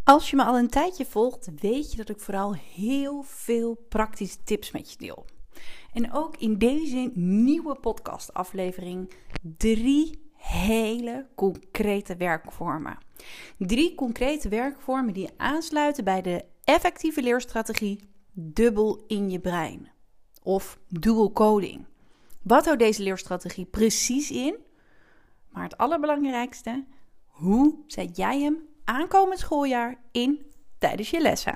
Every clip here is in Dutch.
Als je me al een tijdje volgt, weet je dat ik vooral heel veel praktische tips met je deel. En ook in deze nieuwe podcastaflevering 3 hele concrete werkvormen. 3 concrete werkvormen die aansluiten bij de effectieve leerstrategie dubbel in je brein. Of dual coding. Wat houdt deze leerstrategie precies in? Maar het allerbelangrijkste, hoe zet jij hem aankomend schooljaar in tijdens je lessen?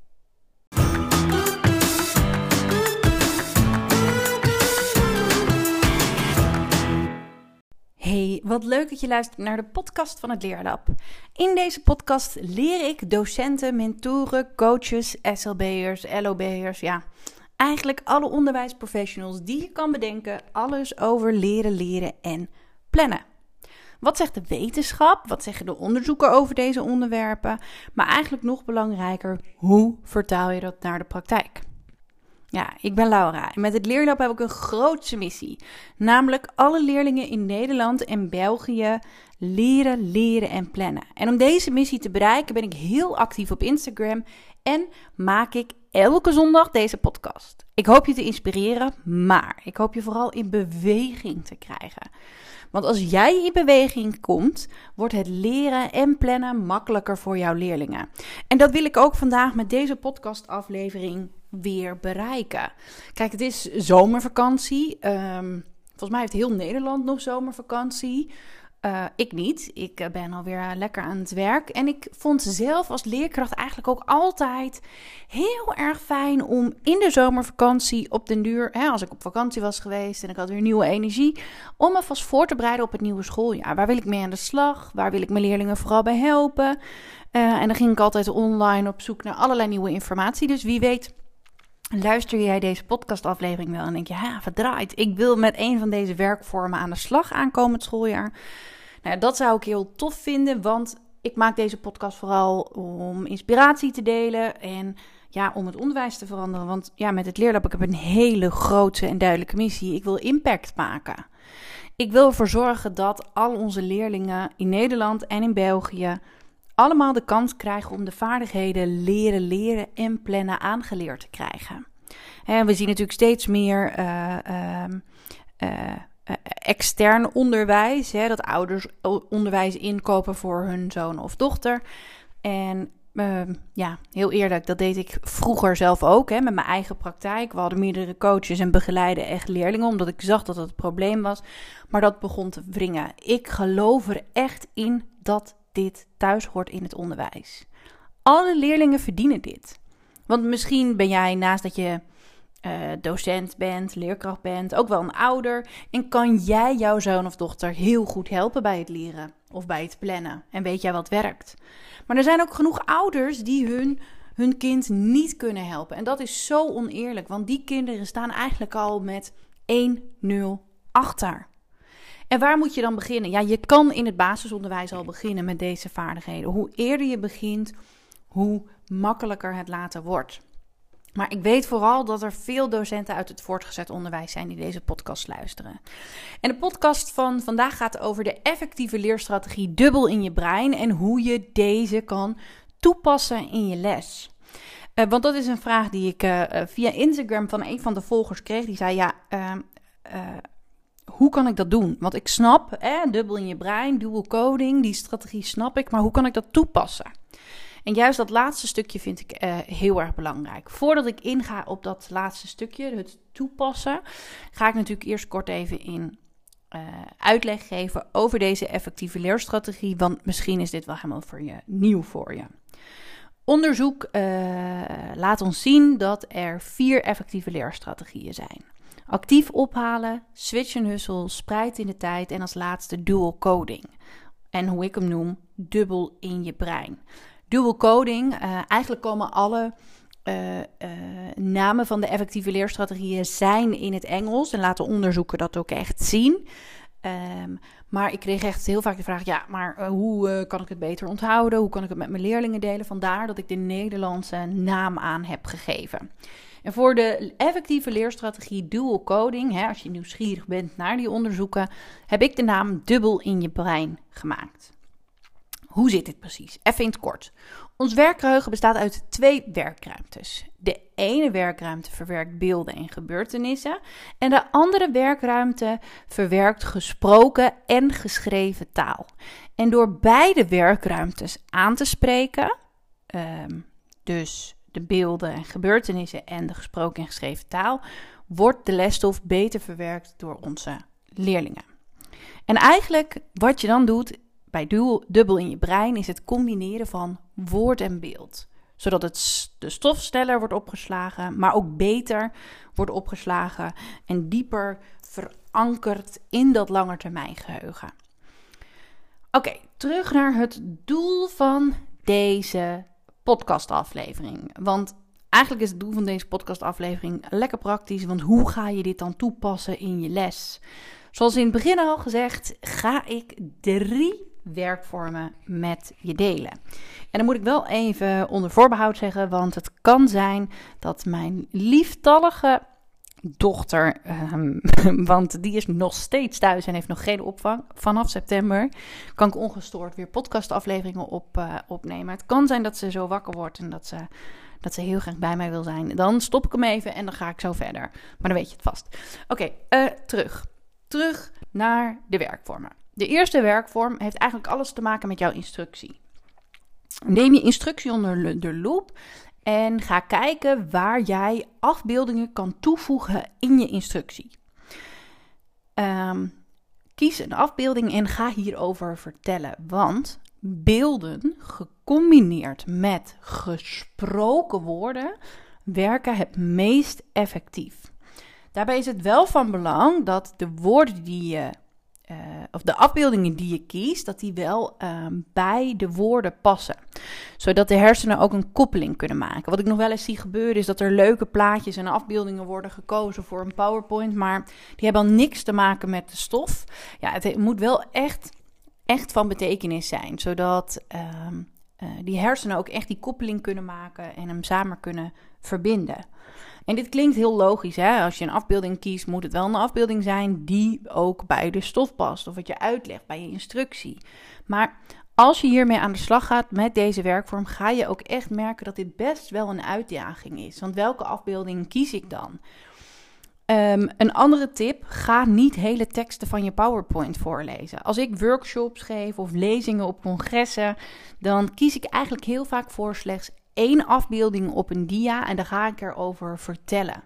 Hey, wat leuk dat je luistert naar de podcast van het Leerlab. In deze podcast leer ik docenten, mentoren, coaches, SLB'ers, LOB'ers, eigenlijk alle onderwijsprofessionals die je kan bedenken, alles over leren en plannen. Wat zegt de wetenschap? Wat zeggen de onderzoeken over deze onderwerpen? Maar eigenlijk nog belangrijker, hoe vertaal je dat naar de praktijk? Ja, ik ben Laura en met het Leerlab heb ik een grootse missie. Namelijk alle leerlingen in Nederland en België leren en plannen. En om deze missie te bereiken ben ik heel actief op Instagram en maak ik elke zondag deze podcast. Ik hoop je te inspireren, maar ik hoop je vooral in beweging te krijgen. Want als jij in beweging komt, wordt het leren en plannen makkelijker voor jouw leerlingen. En dat wil ik ook vandaag met deze podcastaflevering weer bereiken. Kijk, het is zomervakantie. Volgens mij heeft heel Nederland nog zomervakantie. Ik niet. Ik ben alweer lekker aan het werk. En ik vond zelf als leerkracht eigenlijk ook altijd heel erg fijn om in de zomervakantie op den duur, als ik op vakantie was geweest en ik had weer nieuwe energie, om me vast voor te bereiden op het nieuwe schooljaar. Waar wil ik mee aan de slag? Waar wil ik mijn leerlingen vooral bij helpen? En dan ging ik altijd online op zoek naar allerlei nieuwe informatie. Dus wie weet, luister jij deze podcastaflevering wel en denk je, verdraaid. Ik wil met een van deze werkvormen aan de slag aankomend schooljaar. Nou, dat zou ik heel tof vinden, want ik maak deze podcast vooral om inspiratie te delen en om het onderwijs te veranderen. Want met het Leerlab, ik heb een hele grote en duidelijke missie. Ik wil impact maken. Ik wil ervoor zorgen dat al onze leerlingen in Nederland en in België allemaal de kans krijgen om de vaardigheden leren en plannen aangeleerd te krijgen. We zien natuurlijk steeds meer extern onderwijs, dat ouders onderwijs inkopen voor hun zoon of dochter. En heel eerlijk, dat deed ik vroeger zelf ook, met mijn eigen praktijk. We hadden meerdere coaches en begeleiden echt leerlingen, omdat ik zag dat het een probleem was. Maar dat begon te wringen. Ik geloof er echt in dat dit thuis hoort in het onderwijs. Alle leerlingen verdienen dit. Want misschien ben jij, naast dat je docent bent, leerkracht bent, ook wel een ouder. En kan jij jouw zoon of dochter heel goed helpen bij het leren of bij het plannen. En weet jij wat werkt. Maar er zijn ook genoeg ouders die hun kind niet kunnen helpen. En dat is zo oneerlijk, want die kinderen staan eigenlijk al met 1-0 achter. En waar moet je dan beginnen? Je kan in het basisonderwijs al beginnen met deze vaardigheden. Hoe eerder je begint, hoe makkelijker het later wordt. Maar ik weet vooral dat er veel docenten uit het voortgezet onderwijs zijn die deze podcast luisteren. En de podcast van vandaag gaat over de effectieve leerstrategie dubbel in je brein en hoe je deze kan toepassen in je les. Want dat is een vraag die ik via Instagram van een van de volgers kreeg. Die zei, hoe kan ik dat doen? Want ik snap, dubbel in je brein, dual coding, die strategie snap ik, maar hoe kan ik dat toepassen? En juist dat laatste stukje vind ik heel erg belangrijk. Voordat ik inga op dat laatste stukje, het toepassen, ga ik natuurlijk eerst kort even in uitleg geven over deze effectieve leerstrategie, want misschien is dit wel helemaal nieuw voor je. Onderzoek laat ons zien dat er 4 effectieve leerstrategieën zijn. Actief ophalen, switch en hustle, spreid in de tijd en als laatste dual coding. En hoe ik hem noem, dubbel in je brein. Dual coding, eigenlijk komen alle namen van de effectieve leerstrategieën zijn in het Engels. En laten onderzoeken dat ook echt zien. Maar ik kreeg echt heel vaak de vraag, hoe kan ik het beter onthouden? Hoe kan ik het met mijn leerlingen delen? Vandaar dat ik de Nederlandse naam aan heb gegeven. En voor de effectieve leerstrategie dual coding, als je nieuwsgierig bent naar die onderzoeken, heb ik de naam dubbel in je brein gemaakt. Hoe zit dit precies? Even in het kort. Ons werkgeheugen bestaat uit 2 werkruimtes. De ene werkruimte verwerkt beelden en gebeurtenissen. En de andere werkruimte verwerkt gesproken en geschreven taal. En door beide werkruimtes aan te spreken, dus de beelden en gebeurtenissen en de gesproken en geschreven taal, wordt de lesstof beter verwerkt door onze leerlingen. En eigenlijk wat je dan doet bij dubbel in je brein is het combineren van woord en beeld. Zodat de stof sneller wordt opgeslagen, maar ook beter wordt opgeslagen en dieper verankerd in dat langetermijngeheugen. Oké, terug naar het doel van deze podcastaflevering. Want eigenlijk is het doel van deze podcastaflevering lekker praktisch, want hoe ga je dit dan toepassen in je les? Zoals in het begin al gezegd, ga ik 3 werkvormen met je delen. En dan moet ik wel even onder voorbehoud zeggen, want het kan zijn dat mijn lieftallige dochter, want die is nog steeds thuis en heeft nog geen opvang. Vanaf september kan ik ongestoord weer podcastafleveringen opnemen. Het kan zijn dat ze zo wakker wordt en dat ze heel graag bij mij wil zijn. Dan stop ik hem even en dan ga ik zo verder. Maar dan weet je het vast. Oké, terug naar de werkvormen. De eerste werkvorm heeft eigenlijk alles te maken met jouw instructie. Neem je instructie onder de loep en ga kijken waar jij afbeeldingen kan toevoegen in je instructie. Kies een afbeelding en ga hierover vertellen. Want beelden gecombineerd met gesproken woorden werken het meest effectief. Daarbij is het wel van belang dat de woorden of de afbeeldingen die je kiest, dat die wel bij de woorden passen. Zodat de hersenen ook een koppeling kunnen maken. Wat ik nog wel eens zie gebeuren is dat er leuke plaatjes en afbeeldingen worden gekozen voor een PowerPoint, maar die hebben al niks te maken met de stof. Ja, het moet wel echt van betekenis zijn, zodat die hersenen ook echt die koppeling kunnen maken en hem samen kunnen verbinden. En dit klinkt heel logisch, hè? Als je een afbeelding kiest, moet het wel een afbeelding zijn die ook bij de stof past. Of wat je uitlegt bij je instructie. Maar als je hiermee aan de slag gaat met deze werkvorm, ga je ook echt merken dat dit best wel een uitdaging is. Want welke afbeelding kies ik dan? Een andere tip, ga niet hele teksten van je PowerPoint voorlezen. Als ik workshops geef of lezingen op congressen, dan kies ik eigenlijk heel vaak voor slechts 1 afbeelding op een dia en daar ga ik erover vertellen.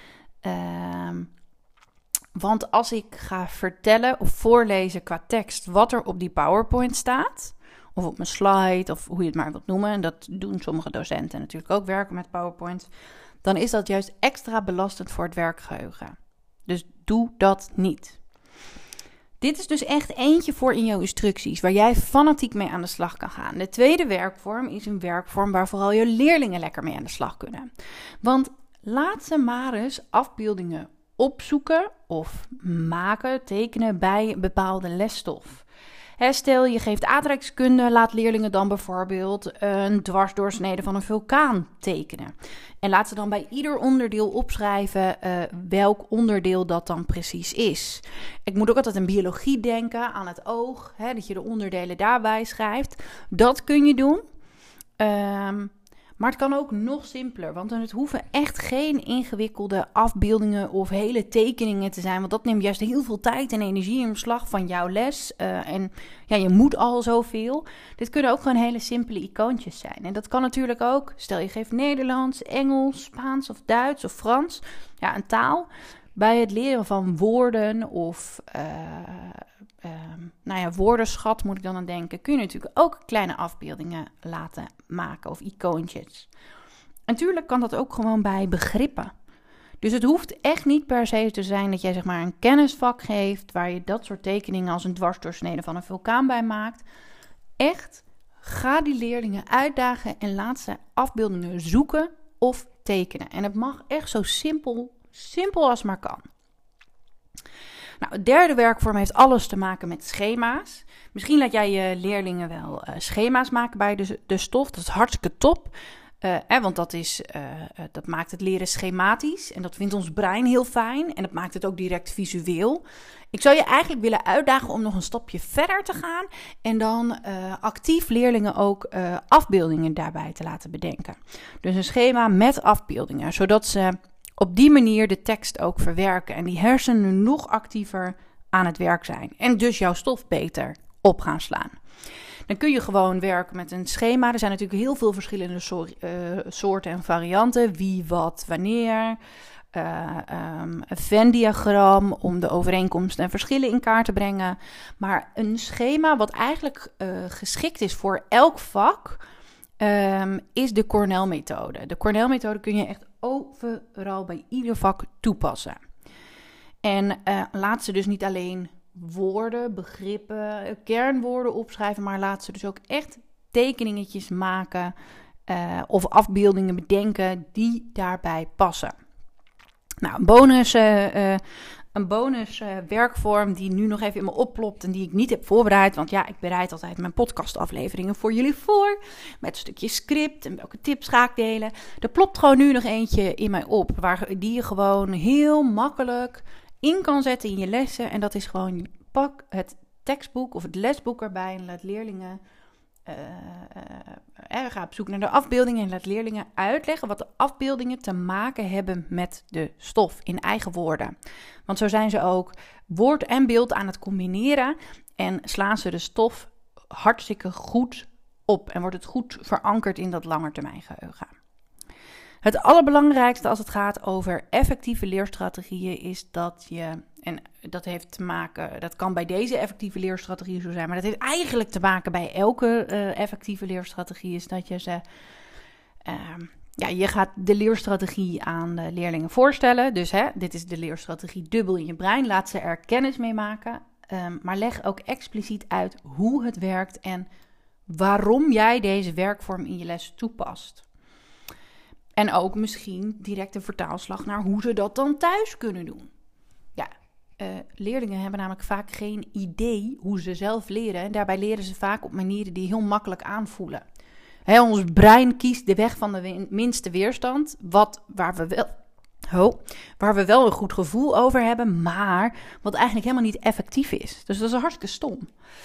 Want als ik ga vertellen of voorlezen qua tekst wat er op die PowerPoint staat, of op mijn slide, of hoe je het maar wilt noemen, en dat doen sommige docenten natuurlijk ook, werken met PowerPoint, dan is dat juist extra belastend voor het werkgeheugen. Dus doe dat niet. Dit is dus echt eentje voor in jouw instructies, waar jij fanatiek mee aan de slag kan gaan. De tweede werkvorm is een werkvorm waar vooral je leerlingen lekker mee aan de slag kunnen. Want laat ze maar eens afbeeldingen opzoeken of maken, tekenen bij bepaalde lesstof. Stel, je geeft aardrijkskunde, laat leerlingen dan bijvoorbeeld een dwarsdoorsnede van een vulkaan tekenen. En laat ze dan bij ieder onderdeel opschrijven welk onderdeel dat dan precies is. Ik moet ook altijd aan biologie denken, aan het oog, dat je de onderdelen daarbij schrijft. Dat kun je doen. Maar het kan ook nog simpeler, want het hoeven echt geen ingewikkelde afbeeldingen of hele tekeningen te zijn. Want dat neemt juist heel veel tijd en energie in beslag van jouw les. En ja, je moet al zoveel. Dit kunnen ook gewoon hele simpele icoontjes zijn. En dat kan natuurlijk ook, stel je geeft Nederlands, Engels, Spaans of Duits of Frans. Ja, een taal. Bij het leren van woorden of woordenschat moet ik dan aan denken, kun je natuurlijk ook kleine afbeeldingen laten maken of icoontjes. En natuurlijk kan dat ook gewoon bij begrippen. Dus het hoeft echt niet per se te zijn dat jij zeg maar een kennisvak geeft waar je dat soort tekeningen als een dwarsdoorsnede van een vulkaan bij maakt. Echt, ga die leerlingen uitdagen en laat ze afbeeldingen zoeken of tekenen. En het mag echt zo simpel als maar kan. Nou, het derde werkvorm heeft alles te maken met schema's. Misschien laat jij je leerlingen wel schema's maken bij de stof. Dat is hartstikke top. Want dat maakt het leren schematisch. En dat vindt ons brein heel fijn. En dat maakt het ook direct visueel. Ik zou je eigenlijk willen uitdagen om nog een stapje verder te gaan. En dan actief leerlingen ook afbeeldingen daarbij te laten bedenken. Dus een schema met afbeeldingen. Zodat ze op die manier de tekst ook verwerken. En die hersenen nog actiever aan het werk zijn. En dus jouw stof beter op gaan slaan. Dan kun je gewoon werken met een schema. Er zijn natuurlijk heel veel verschillende soorten en varianten. Wie, wat, wanneer. Een Venn-diagram om de overeenkomsten en verschillen in kaart te brengen. Maar een schema wat eigenlijk geschikt is voor elk vak, is de Cornell-methode. De Cornell-methode kun je echt overal bij ieder vak toepassen. En laat ze dus niet alleen woorden, begrippen, kernwoorden opschrijven, maar laat ze dus ook echt tekeningetjes maken of afbeeldingen bedenken die daarbij passen. Nou, een bonus werkvorm die nu nog even in me oplopt en die ik niet heb voorbereid. Want ja, ik bereid altijd mijn podcastafleveringen voor jullie voor. Met een stukje script en welke tips ga ik delen. Er plopt gewoon nu nog eentje in mij op. Die je gewoon heel makkelijk in kan zetten in je lessen. En dat is gewoon, pak het tekstboek of het lesboek erbij en laat leerlingen... ga op zoek naar de afbeeldingen en laat leerlingen uitleggen wat de afbeeldingen te maken hebben met de stof in eigen woorden. Want zo zijn ze ook woord en beeld aan het combineren en slaan ze de stof hartstikke goed op en wordt het goed verankerd in dat langetermijngeheugen. Het allerbelangrijkste als het gaat over effectieve leerstrategieën is dat je, en dat heeft te maken, dat kan bij deze effectieve leerstrategie zo zijn, maar dat heeft eigenlijk te maken bij elke effectieve leerstrategie, is dat je ze, je gaat de leerstrategie aan de leerlingen voorstellen. Dus dit is de leerstrategie dubbel in je brein, laat ze er kennis mee maken, maar leg ook expliciet uit hoe het werkt en waarom jij deze werkvorm in je les toepast. En ook misschien direct een vertaalslag naar hoe ze dat dan thuis kunnen doen. Ja, leerlingen hebben namelijk vaak geen idee hoe ze zelf leren. En daarbij leren ze vaak op manieren die heel makkelijk aanvoelen. Ons brein kiest de weg van de minste weerstand. Waar we wel een goed gevoel over hebben, maar wat eigenlijk helemaal niet effectief is. Dus dat is hartstikke stom.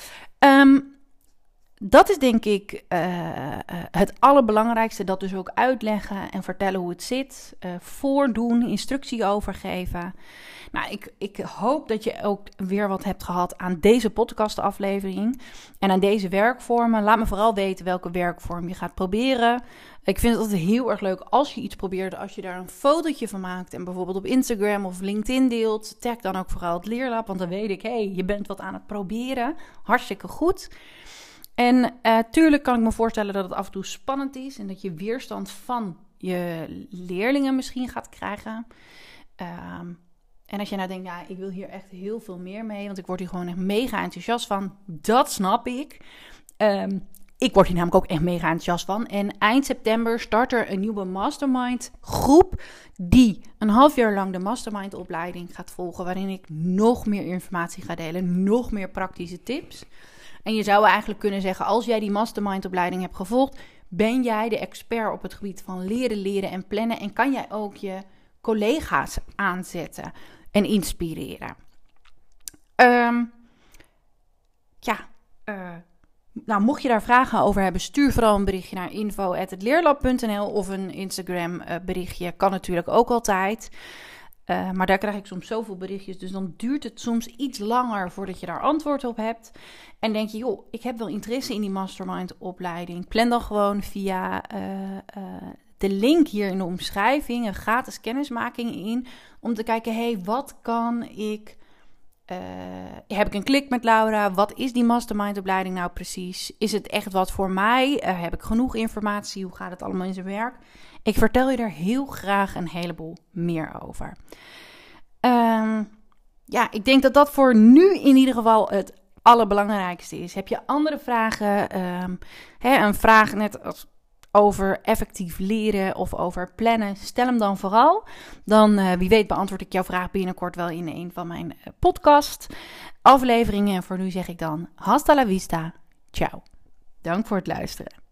Dat is denk ik het allerbelangrijkste. Dat dus ook uitleggen en vertellen hoe het zit. Voordoen, instructie overgeven. Nou, ik hoop dat je ook weer wat hebt gehad aan deze podcastaflevering. En aan deze werkvormen. Laat me vooral weten welke werkvorm je gaat proberen. Ik vind het altijd heel erg leuk als je iets probeert. Als je daar een fotootje van maakt. En bijvoorbeeld op Instagram of LinkedIn deelt. Tag dan ook vooral het Leerlab. Want dan weet ik, je bent wat aan het proberen. Hartstikke goed. En tuurlijk kan ik me voorstellen dat het af en toe spannend is en dat je weerstand van je leerlingen misschien gaat krijgen. En als je nou denkt, ik wil hier echt heel veel meer mee, want ik word hier gewoon echt mega enthousiast van. Dat snap ik. Ik word hier namelijk ook echt mega enthousiast van. En eind september start er een nieuwe mastermind groep die een half jaar lang de mastermind opleiding gaat volgen, waarin ik nog meer informatie ga delen, nog meer praktische tips. En je zou eigenlijk kunnen zeggen, als jij die mastermind-opleiding hebt gevolgd, ben jij de expert op het gebied van leren en plannen. En kan jij ook je collega's aanzetten en inspireren. Mocht je daar vragen over hebben, stuur vooral een berichtje naar info@hetleerlab.nl of een Instagram berichtje. Kan natuurlijk ook altijd. Maar daar krijg ik soms zoveel berichtjes, dus dan duurt het soms iets langer voordat je daar antwoord op hebt. En denk je, ik heb wel interesse in die mastermind-opleiding. Plan dan gewoon via de link hier in de omschrijving een gratis kennismaking in. Om te kijken, wat kan ik... heb ik een klik met Laura? Wat is die mastermind-opleiding nou precies? Is het echt wat voor mij? Heb ik genoeg informatie? Hoe gaat het allemaal in zijn werk? Ik vertel je er heel graag een heleboel meer over. Ik denk dat dat voor nu in ieder geval het allerbelangrijkste is. Heb je andere vragen? Een vraag net als over effectief leren of over plannen, stel hem dan vooral. Dan wie weet beantwoord ik jouw vraag binnenkort wel in een van mijn podcast afleveringen. En voor nu zeg ik dan hasta la vista. Ciao. Dank voor het luisteren.